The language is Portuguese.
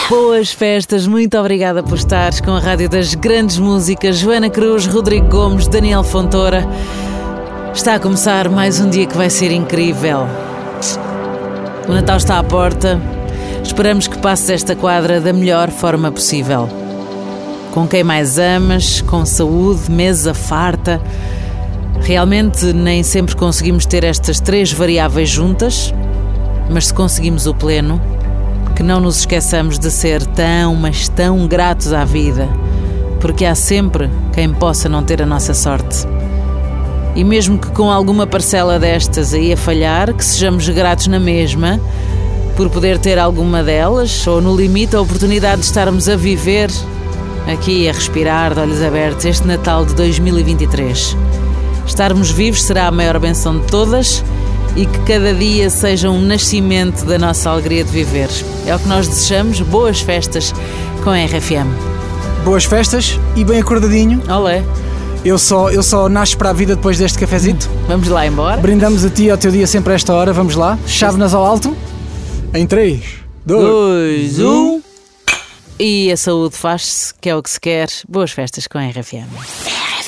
Boas festas, muito obrigada por estares com a Rádio das Grandes Músicas. Joana Cruz, Rodrigo Gomes, Daniel Fontoura. Está a começar mais um dia que vai ser incrível. O Natal está à porta. Esperamos que passes esta quadra da melhor forma possível. Com quem mais amas, com saúde, mesa farta. Realmente nem sempre conseguimos ter estas três variáveis juntas, mas se conseguimos o pleno, que não nos esqueçamos de ser tão, mas tão gratos à vida, porque há sempre quem possa não ter a nossa sorte. E mesmo que com alguma parcela destas aí a falhar, que sejamos gratos na mesma, por poder ter alguma delas, ou no limite a oportunidade de estarmos a viver aqui, a respirar de olhos abertos, este Natal de 2023. Estarmos vivos será a maior benção de todas e que cada dia seja um nascimento da nossa alegria de viver. É o que nós desejamos. Boas festas com a RFM. Boas festas e bem acordadinho. Olé. Eu só nasço para a vida depois deste cafezito. Vamos lá embora. Brindamos a ti e ao teu dia sempre a esta hora. Vamos lá. Chávenas ao alto. Em 3, 2, 1. E a saúde faz-se, que é o que se quer. Boas festas com a RFM.